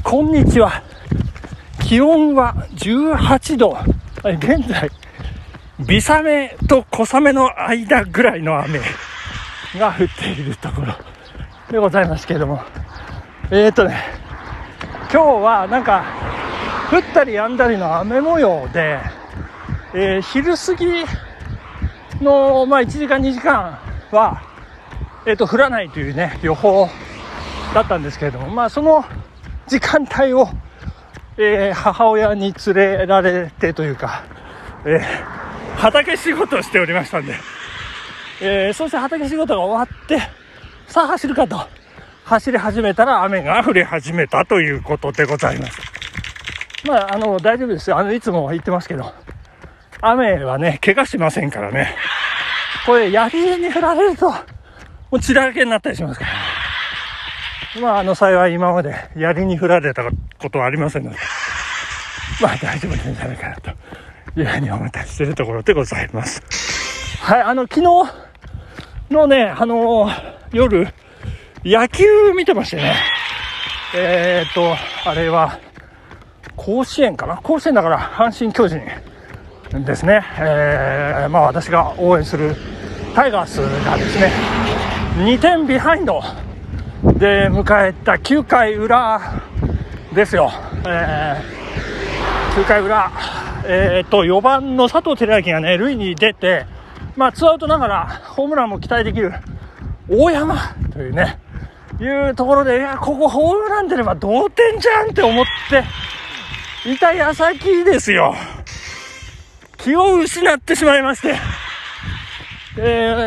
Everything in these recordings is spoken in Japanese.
こんにちは。気温は18度。現在、微雨と小雨の間ぐらいの雨が降っているところでございますけれども。今日はなんか、降ったり止んだりの雨模様で、昼過ぎの、1時間2時間は、降らないというね、予報だったんですけれども、その時間帯を、母親に連れられてというか、畑仕事をしておりましたんで、そして畑仕事が終わって、さあ走るかと、走り始めたら雨が降り始めたということでございます。大丈夫ですよ。いつも言ってますけど、雨はね、怪我しませんからね。これ、槍に降られると、もう血だらけになったりしますから。幸い今まで槍に降られたことはありませんので、大丈夫なんじゃないかなというふうに思ったりしているところでございます。はい、昨日のね、夜、野球見てましてね。あれは、甲子園かな？甲子園だから阪神巨人ですね。私が応援するタイガースがですね、2点ビハインドで迎えた9回裏ですよ。9回裏、4番の佐藤輝明がね、塁に出て、ツーアウトながらホームランも期待できる大山というね、いうところで、ここホームラン出れば同点じゃんって思っていた矢先ですよ。気を失ってしまいまして、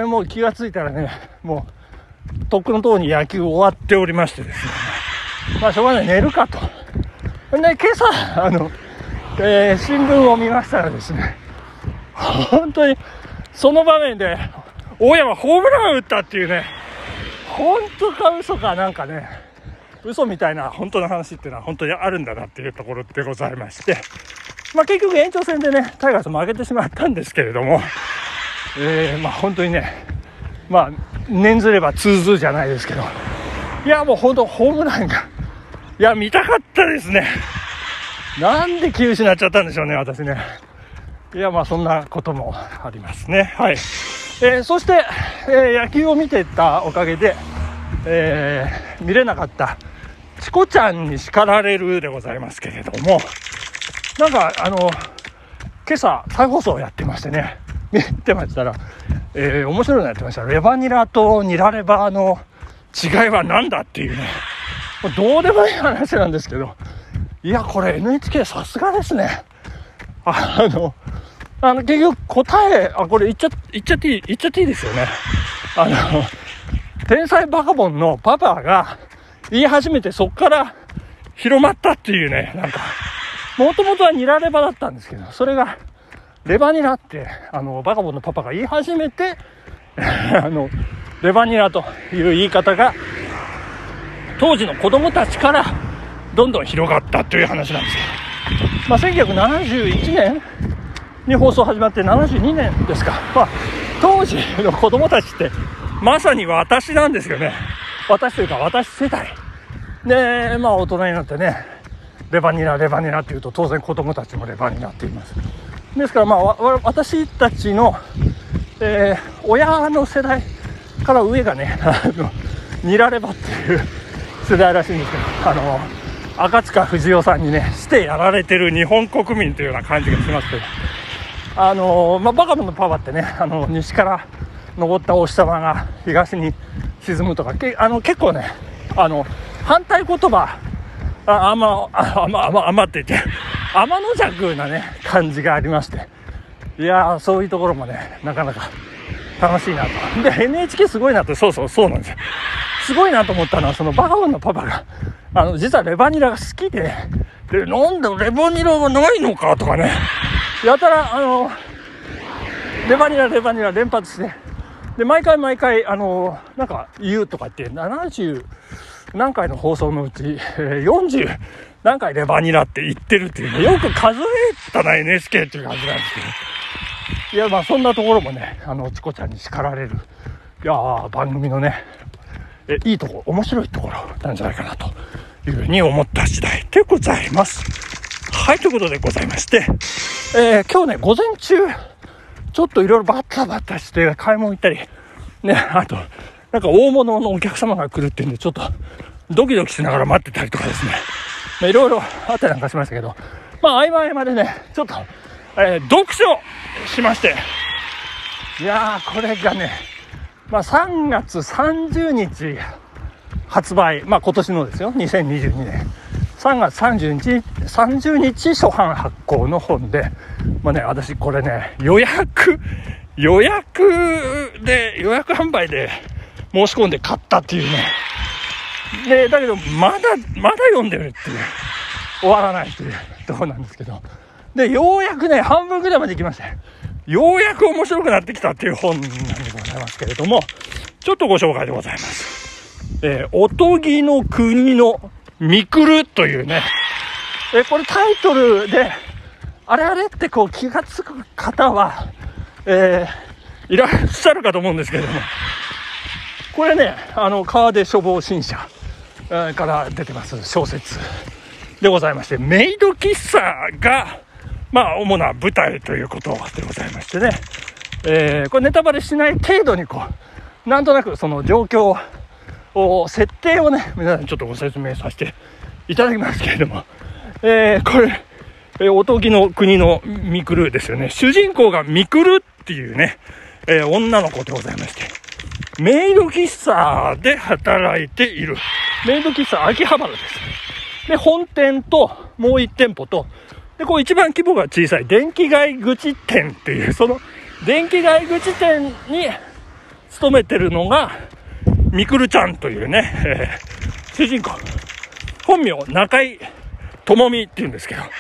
もう気がついたらね、もうとっくのとおりに野球終わっておりましてですね、しょうがない、寝るかと。で、今朝新聞を見ましたらですね、本当にその場面で大山ホームラン打ったっていうね、本当か嘘かなんかね、嘘みたいな本当の話っていうのは本当にあるんだなっていうところでございまして、結局延長戦でね、タイガース負けてしまったんですけれども、本当にね、念ずれば通ずじゃないですけど、もう本当ホームランが、見たかったですね。なんで気失っちゃったんでしょうね、私ね。そんなこともありますね。はい。そして、野球を見てたおかげで、見れなかったチコちゃんに叱られるでございますけれども、今朝再放送をやってましてね、見てましたら、面白いのやってました。レバニラとニラレバの違いは何だっていうね、どうでもいい話なんですけど、これ NHK さすがですね。結局答え、これ言っちゃっていいですよね。天才バカボンのパパが言い始めて、そっから広まったっていうね、もともとはニラレバだったんですけど、それがレバニラって、バカボンのパパが言い始めて、レバニラという言い方が、当時の子供たちからどんどん広がったという話なんですよ。1971年に放送始まって72年ですか。当時の子供たちってまさに私なんですよね。私というか私世代で、大人になってね、レバニラって言うと当然子供たちもレバニラって言います。ですから私たちの、親の世代から上がね、ニラレバっていう世代らしいんですけど、赤塚不二夫さんにねしてやられてる日本国民というような感じがしますけど、バカボンのパパってね、西から昇ったお日様が東に沈むとか、結構ね、反対言葉、って言って、天の弱なね感じがありまして、そういうところもね、なかなか楽しいなと。で、NHK すごいなって、そうなんですよ。すごいなと思ったのは、そのバカボンのパパが実はレバニラが好きで、なんでレバニラがないのかとかね、やたらレバニラ連発して、で毎回言うとかって、70何回の放送のうち、40何回レバニラって言ってるっていうね、よく数えたな NHK っていう感じなんですけど、そんなところもね、チコちゃんに叱られる、番組のね、いいところ、面白いところなんじゃないかなというふうに思った次第でございます。はい、ということでございまして、今日ね、午前中、ちょっといろいろバタバタして買い物行ったり、ね、あと、なんか大物のお客様が来るっていうんで、ちょっとドキドキしながら待ってたりとかですね、いろいろあったりなんかしましたけど、合間合間でね、ちょっと、読書しまして、いやー、これがね、3月30日発売、今年のですよ、2022年。3月30日初版発行の本で、私これね、予約販売で申し込んで買ったっていうね。で、だけど、まだ読んでるっていう。終わらないっていうところなんですけど。で、ようやくね、半分ぐらいまで行きまして、ようやく面白くなってきたっていう本なんでございますけれども、ちょっとご紹介でございます。おとぎの国のみくるというね、これタイトルで、あれってこう気がつく方は、いらっしゃるかと思うんですけれども、これね、川出処方新社から出てます小説でございまして、メイド喫茶が、主な舞台ということでございましてね、これネタバレしない程度になんとなくその状況設定をね、皆さんちょっとご説明させていただきますけれども、これ、おとぎの国のみくるですよね。主人公がみくるっていうね、女の子でございまして、メイド喫茶で働いている。メイド喫茶秋葉原です。で、本店ともう1店舗と、で、一番規模が小さい電気街口店っていう、その電気街口店に勤めてるのが、みくるちゃんというね、主人公。本名、中井智美っていうんですけど。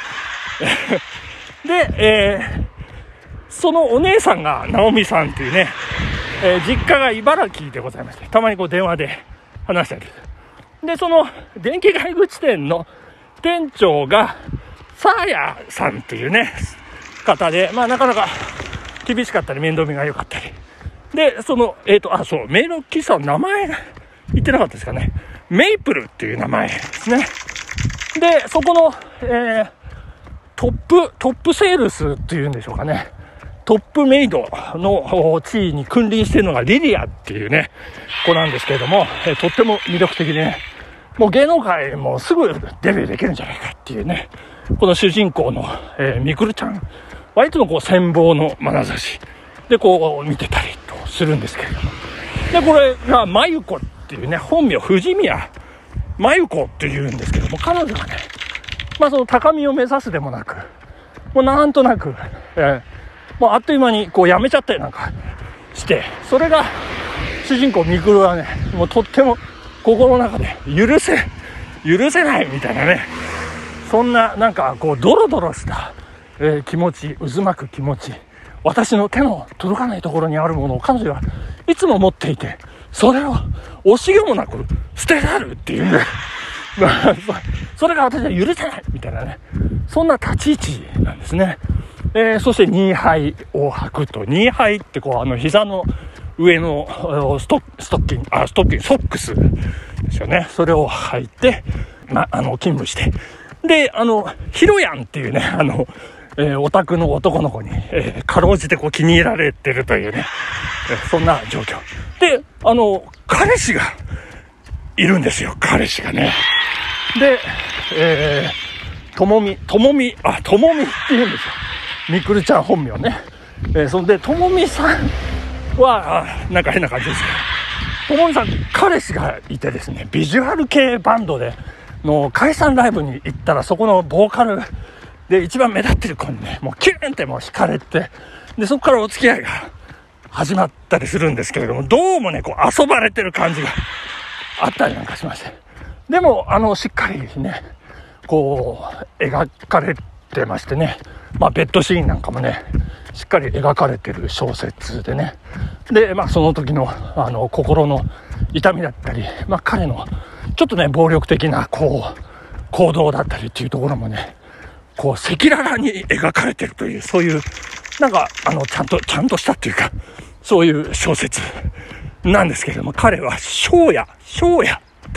で、そのお姉さんが直美さんっていうね、実家が茨城でございまして、たまに電話で話したり。で、その電気街口店の店長が、サーヤさんっていうね、方で、なかなか厳しかったり、面倒見が良かったり。で、そう、メイド喫茶の名前言ってなかったですかね。メイプルっていう名前ですね。で、そこの、トップセールスっていうんでしょうかね。トップメイドの地位に君臨しているのがリリアっていうね、子なんですけれども、とっても魅力的でね、もう芸能界もすぐデビューできるんじゃないかっていうね、この主人公の、みくるちゃんはいつも羨望の眼差しで見てたりとするんですけれども、でこれがまゆこっていうね、本名藤宮まゆこっていうんですけども、彼女がね、その高みを目指すでもなく、もうなんとなく、もうあっという間に辞めちゃったりなんかして、それが主人公みくるはね、もうとっても心の中で許せないみたいなね、そんななんかドロドロした、気持ち、渦巻く気持ち、私の手の届かないところにあるものを彼女はいつも持っていて、それを惜しげもなく捨て去るっていうねそれが私は許せないみたいなね、そんな立ち位置なんですね。そしてニーハイを履くと、ニーハイって膝の上のソックスですよね。それを履いて、勤務して、で、ヒロヤンっていうね、オタクの男の子に、かろうじて気に入られてるというね、そんな状況。で、彼氏がいるんですよ、彼氏がね。で、ともみって言うんですよ。みくるちゃん本名ね。そんで、ともみさんは、なんか変な感じですけど、ともみさん、彼氏がいてですね、ビジュアル系バンドでの解散ライブに行ったら、そこのボーカルで一番目立ってる子にね、もうキューンって惹かれて、で、そこからお付き合いが始まったりするんですけれども、どうもね、遊ばれてる感じがあったりなんかしまして。でも、しっかりね、描かれてましてね、ベッドシーンなんかもね、しっかり描かれてる小説でね。で、その時の、心の痛みだったり、彼の、ちょっとね、暴力的な、行動だったりっていうところもね、赤裸々に描かれてるという、そういう、なんか、ちゃんとしたっていうか、そういう小説なんですけれども、彼は、翔也っ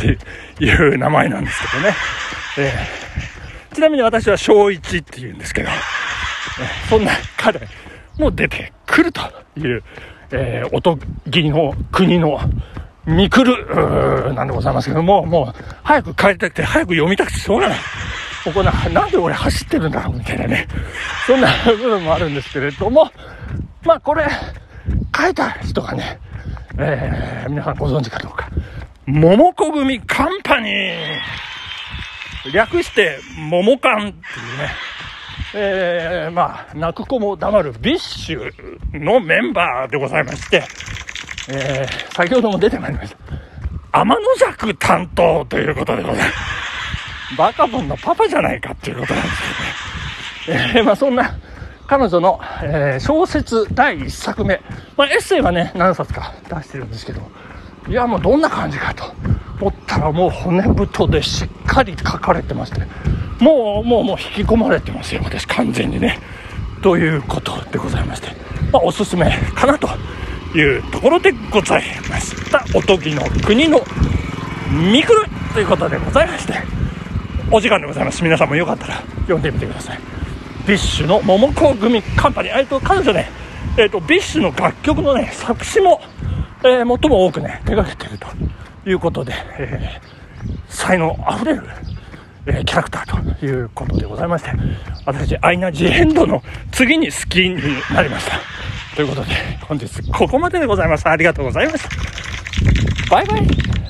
っていう名前なんですけどね。ちなみに私は小一って言うんですけど、そんな彼も出てくるという、おとぎの国のミクルなんでございますけども、もう早く帰りたくて早く読みたくてしょうがない。もうこんなんで俺走ってるんだろうみたいなね、そんな部分もあるんですけれども、まあこれ書いた人がね、皆さんご存知かどうか、桃子組カンパニー、略して桃カンっていうね、まあ泣く子も黙るビッシュのメンバーでございまして、先ほども出てまいりました天の尺担当ということでございます。バカボンのパパじゃないかっていうことなんですけどね、まあそんな彼女の、小説第1作目、まあ、エッセイはね何冊か出してるんですけど、いやもうどんな感じかと思ったら、もう骨太でしっかり書かれてまして、もう引き込まれてますよ私完全にね、ということでございまして、まあ、おすすめかなというところでございました。おとぎの国のミクルということでございまして、お時間でございます。皆さんもよかったら読んでみてください。ビッシュの桃子組カンパニー、彼女ね、ビッシュの楽曲のね作詞も、最も多くね手掛けているということで、才能あふれる、キャラクターということでございまして、私アイナ・ジ・エンドの次に好きになりましたということで、本日ここまででございます。ありがとうございました。バイバイ。